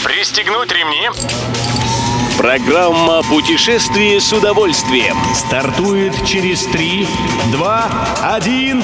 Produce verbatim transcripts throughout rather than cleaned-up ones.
Пристегнуть ремни. Программа «Путешествие с удовольствием» стартует через три, два, один.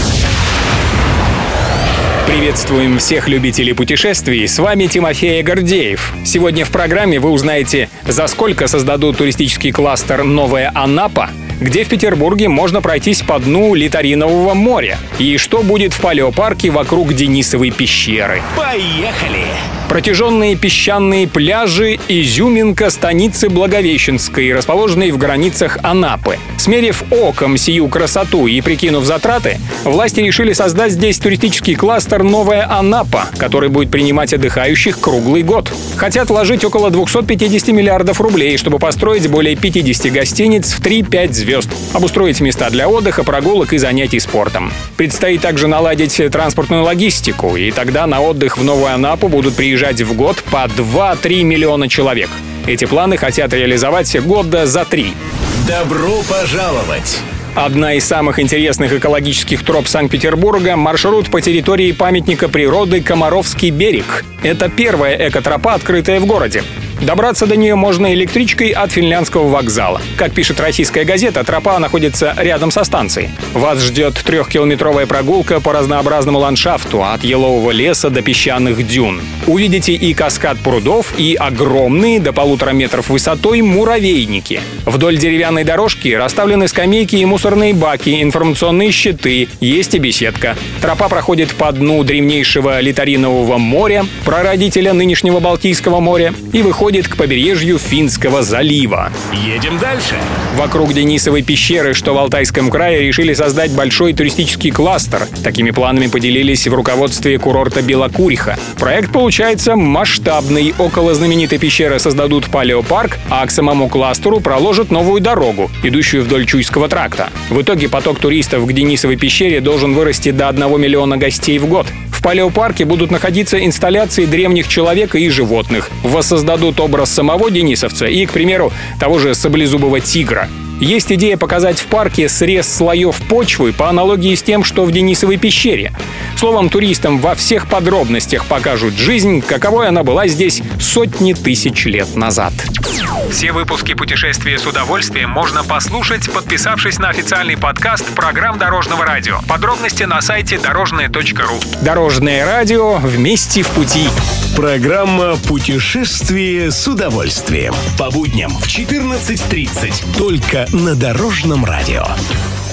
Приветствуем всех любителей путешествий, с вами Тимофей Гордеев. Сегодня в программе вы узнаете, за сколько создадут туристический кластер «Новая Анапа», где в Петербурге можно пройтись по дну Литаринового моря, и что будет в палеопарке вокруг Денисовой пещеры. Поехали! Протяженные песчаные пляжи — изюминка станицы Благовещенской, расположенной в границах Анапы. Смерив оком сию красоту и прикинув затраты, власти решили создать здесь туристический кластер «Новая Анапа», который будет принимать отдыхающих круглый год. Хотят вложить около двести пятьдесят миллиардов рублей, чтобы построить более пятьдесят гостиниц в три-пять звезд, обустроить места для отдыха, прогулок и занятий спортом. Предстоит также наладить транспортную логистику, и тогда на отдых в Новую Анапу будут приезжать в год по два-три миллиона человек. Эти планы хотят реализовать года за три. Добро пожаловать! Одна из самых интересных экологических троп Санкт-Петербурга — маршрут по территории памятника природы Комаровский берег. Это первая экотропа, открытая в городе. Добраться до нее можно электричкой от Финляндского вокзала. Как пишет российская газета, тропа находится рядом со станцией. Вас ждет трехкилометровая прогулка по разнообразному ландшафту, от елового леса до песчаных дюн. Увидите и каскад прудов, и огромные, до полутора метров высотой, муравейники. Вдоль деревянной дорожки расставлены скамейки и мусорные баки, информационные щиты, есть и беседка. Тропа проходит по дну древнейшего Литаринового моря, прародителя нынешнего Балтийского моря, и выходит к побережью Финского залива. Едем дальше. Вокруг Денисовой пещеры, что в Алтайском крае, решили создать большой туристический кластер. Такими планами поделились в руководстве курорта Белокуриха. Проект получается масштабный. Около знаменитой пещеры создадут палеопарк, а к самому кластеру проложат новую дорогу, идущую вдоль Чуйского тракта. В итоге поток туристов к Денисовой пещере должен вырасти до одного миллиона гостей в год. В палеопарке будут находиться инсталляции древних человека и животных. Воссоздадут образ самого денисовца и, к примеру, того же саблезубого тигра. Есть идея показать в парке срез слоев почвы по аналогии с тем, что в Денисовой пещере. Словом, туристам во всех подробностях покажут жизнь, каковой она была здесь сотни тысяч лет назад. Все выпуски «Путешествия с удовольствием» можно послушать, подписавшись на официальный подкаст программ Дорожного радио. Подробности на сайте дорожное точка ру. Дорожное радио, вместе в пути. Программа «Путешествие с удовольствием». По будням в четырнадцать тридцать. Только на Дорожном радио.